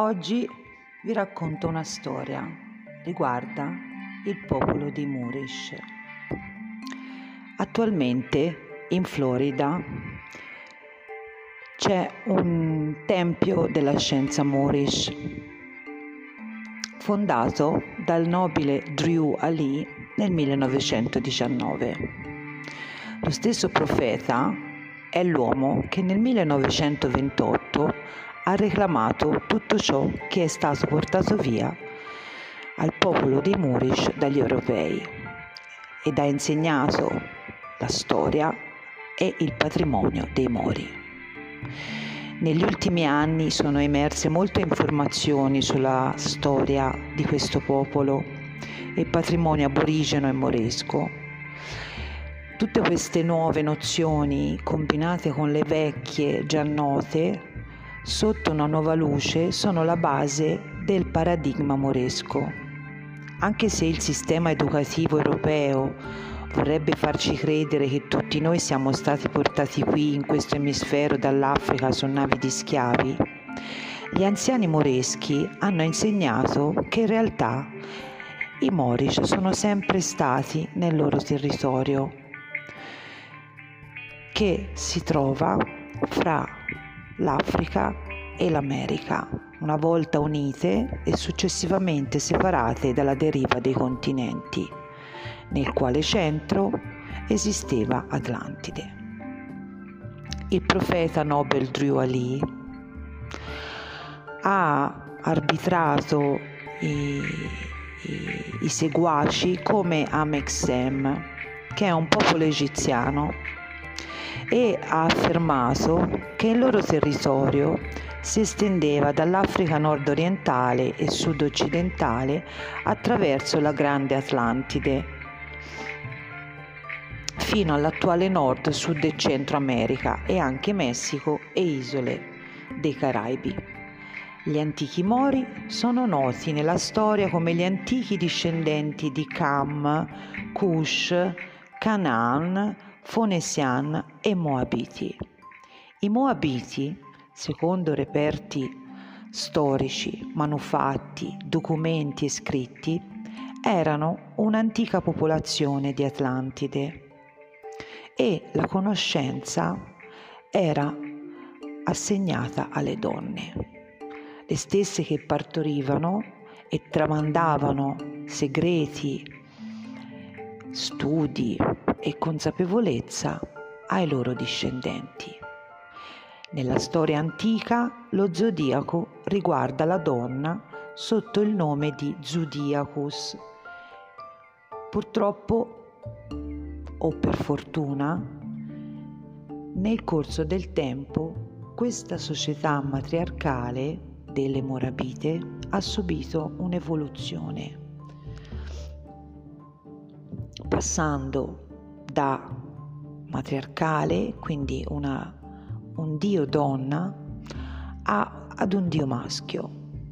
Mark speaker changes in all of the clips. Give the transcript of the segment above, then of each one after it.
Speaker 1: Oggi vi racconto una storia riguarda il popolo di Moorish. Attualmente in Florida c'è un tempio della scienza Moorish fondato dal nobile Drew Ali nel 1919. Lo stesso profeta è l'uomo che nel 1928 ha reclamato tutto ciò che è stato portato via al popolo dei Moorish dagli europei ed ha insegnato la storia e il patrimonio dei Mori. Negli ultimi anni sono emerse molte informazioni sulla storia di questo popolo e patrimonio aborigeno e moresco. Tutte queste nuove nozioni, combinate con le vecchie già note, sotto una nuova luce, sono la base del paradigma moresco. Anche se il sistema educativo europeo vorrebbe farci credere che tutti noi siamo stati portati qui in questo emisfero dall'Africa su navi di schiavi, gli anziani moreschi hanno insegnato che in realtà i Moorish sono sempre stati nel loro territorio, che si trova fra l'Africa e l'America, una volta unite e successivamente separate dalla deriva dei continenti, nel quale centro esisteva Atlantide. Il profeta Nobel Drew Ali ha arbitrato i seguaci come Amek-Sem, che è un popolo egiziano, e ha affermato che il loro territorio si estendeva dall'Africa nord-orientale e sud-occidentale attraverso la grande Atlantide fino all'attuale Nord, Sud e Centro America e anche Messico e isole dei Caraibi. Gli antichi Mori sono noti nella storia come gli antichi discendenti di Cam, Cush, Canaan, Fonesian e Moabiti. I Moabiti, secondo reperti storici, manufatti, documenti e scritti, erano un'antica popolazione di Atlantide e la conoscenza era assegnata alle donne, le stesse che partorivano e tramandavano segreti, studi e consapevolezza ai loro discendenti. Nella storia antica lo zodiaco riguarda la donna sotto il nome di Zodiacus. Purtroppo, o per fortuna, nel corso del tempo questa società matriarcale delle Morabite ha subito un'evoluzione, passando da matriarcale, quindi un dio donna, ad un dio maschio,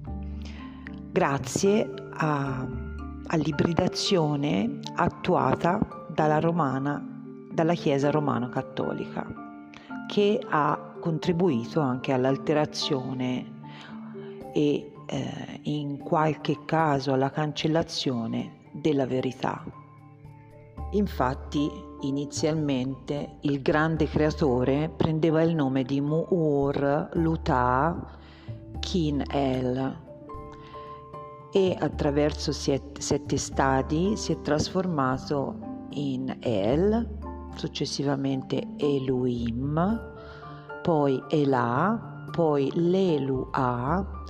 Speaker 1: grazie all'ibridazione attuata dalla Chiesa Romana Cattolica, che ha contribuito anche all'alterazione e in qualche caso alla cancellazione della verità. Infatti, inizialmente il grande creatore prendeva il nome di Mu'ur Luta Kin El e attraverso sette stadi si è trasformato in El, successivamente Elohim, poi Elah, poi Leluah,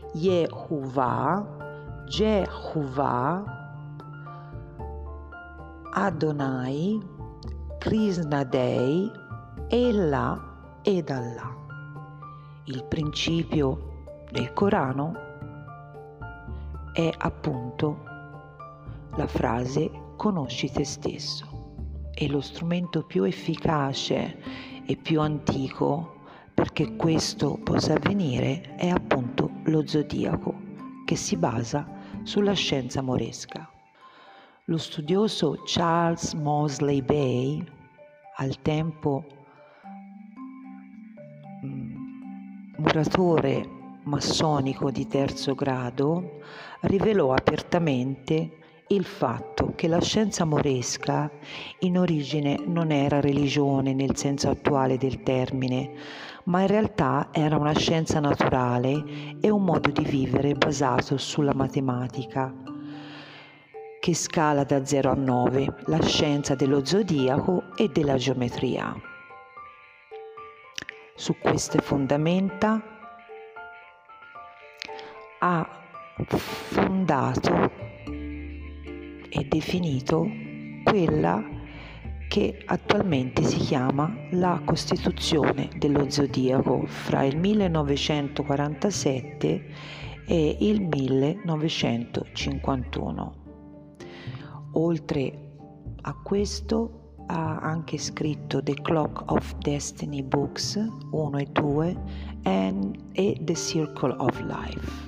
Speaker 1: Yehovah, Jehovah, Adonai, Krishnadei, Ella ed Allah. Il principio del Corano è appunto la frase "conosci te stesso", e lo strumento più efficace e più antico perché questo possa avvenire è appunto lo zodiaco, che si basa sulla scienza moresca. Lo studioso Charles Moseley Bay, al tempo muratore massonico di terzo grado, rivelò apertamente il fatto che la scienza moresca in origine non era religione nel senso attuale del termine, ma in realtà era una scienza naturale e un modo di vivere basato sulla matematica, che scala da 0 a 9, la scienza dello zodiaco e della geometria. Su queste fondamenta ha fondato e definito quella che attualmente si chiama la Costituzione dello Zodiaco fra il 1947 e il 1951. Oltre a questo ha anche scritto The Clock of Destiny Books 1 e 2 e The Circle of Life.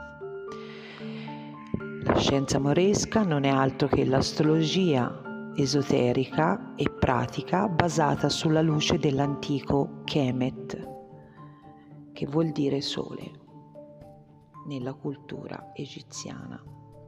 Speaker 1: La scienza moresca non è altro che l'astrologia esoterica e pratica basata sulla luce dell'antico Kemet, che vuol dire sole, nella cultura egiziana.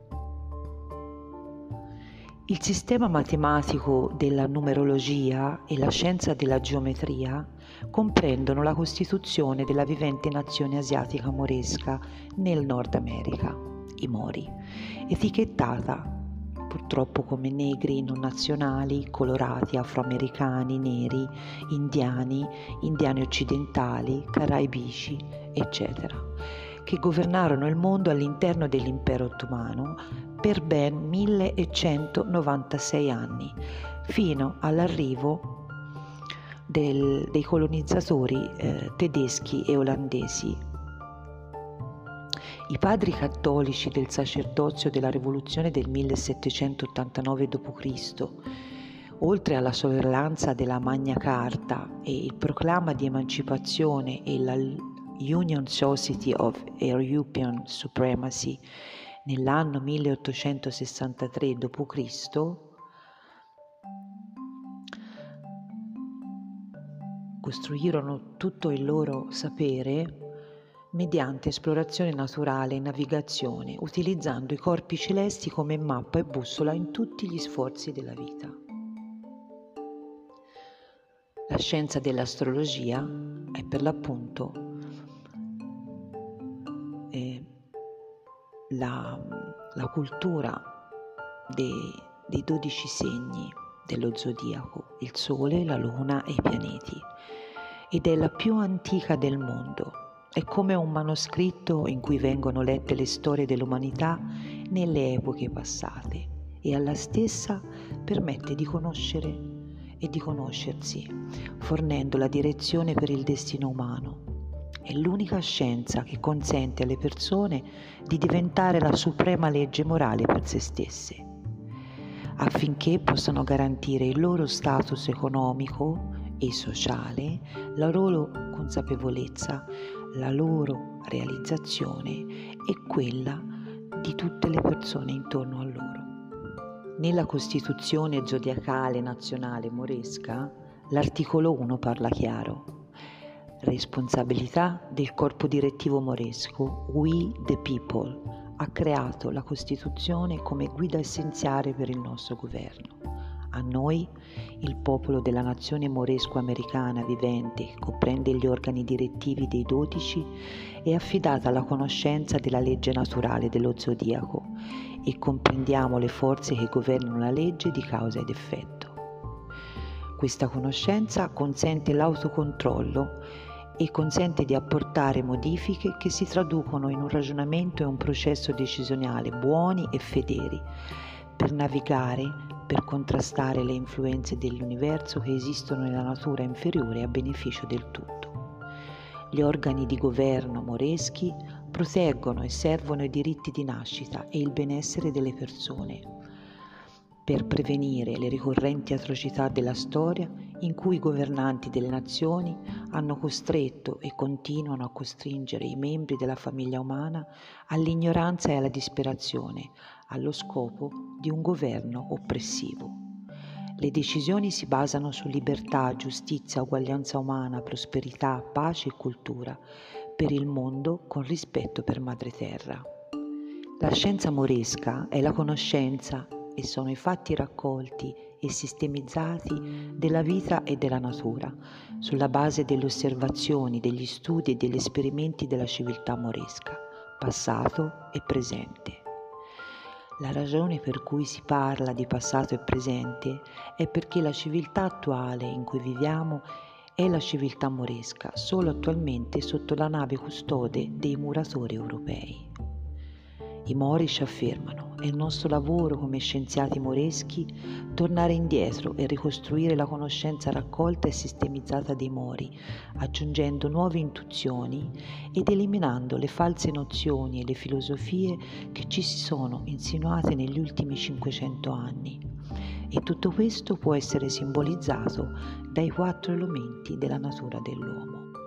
Speaker 1: Il sistema matematico della numerologia e la scienza della geometria comprendono la costituzione della vivente nazione asiatica moresca nel Nord America, i Mori, etichettata purtroppo come negri non nazionali, colorati, afroamericani, neri, indiani, indiani occidentali, caraibici, eccetera, che governarono il mondo all'interno dell'impero ottomano per ben 1196 anni, fino all'arrivo dei colonizzatori tedeschi e olandesi. I padri cattolici del sacerdozio della rivoluzione del 1789 d.C., oltre alla sorellanza della Magna Carta e il proclama di emancipazione e la Union Society of European Supremacy nell'anno 1863 d.C., costruirono tutto il loro sapere mediante esplorazione naturale e navigazione, utilizzando i corpi celesti come mappa e bussola in tutti gli sforzi della vita. La scienza dell'astrologia è per l'appunto la cultura dei 12 segni dello zodiaco, il Sole, la Luna e i pianeti, ed è la più antica del mondo. È come un manoscritto in cui vengono lette le storie dell'umanità nelle epoche passate e alla stessa permette di conoscere e di conoscersi, fornendo la direzione per il destino umano. È l'unica scienza che consente alle persone di diventare la suprema legge morale per se stesse, affinché possano garantire il loro status economico e sociale, la loro consapevolezza, la loro realizzazione e quella di tutte le persone intorno a loro. Nella Costituzione zodiacale nazionale moresca, l'articolo 1 parla chiaro. Responsabilità del corpo direttivo moresco, We the People, ha creato la Costituzione come guida essenziale per il nostro governo. A noi, il popolo della nazione moresco-americana vivente, che comprende gli organi direttivi dei 12, è affidata la conoscenza della legge naturale dello zodiaco e comprendiamo le forze che governano la legge di causa ed effetto. Questa conoscenza consente l'autocontrollo e consente di apportare modifiche che si traducono in un ragionamento e un processo decisionale buoni e fedeli per navigare, per contrastare le influenze dell'universo che esistono nella natura inferiore a beneficio del tutto. Gli organi di governo moreschi proteggono e servono i diritti di nascita e il benessere delle persone, per prevenire le ricorrenti atrocità della storia in cui i governanti delle nazioni hanno costretto e continuano a costringere i membri della famiglia umana all'ignoranza e alla disperazione, allo scopo di un governo oppressivo. Le decisioni si basano su libertà, giustizia, uguaglianza umana, prosperità, pace e cultura, per il mondo con rispetto per Madre Terra. La scienza moresca è la conoscenza e sono i fatti raccolti e sistemizzati della vita e della natura, sulla base delle osservazioni, degli studi e degli esperimenti della civiltà moresca, passato e presente. La ragione per cui si parla di passato e presente è perché la civiltà attuale in cui viviamo è la civiltà moresca, solo attualmente sotto la nave custode dei muratori europei. I Mori ci affermano: è il nostro lavoro come scienziati moreschi tornare indietro e ricostruire la conoscenza raccolta e sistemizzata dei Mori, aggiungendo nuove intuizioni ed eliminando le false nozioni e le filosofie che ci si sono insinuate negli ultimi 500 anni. E tutto questo può essere simbolizzato dai 4 elementi della natura dell'uomo.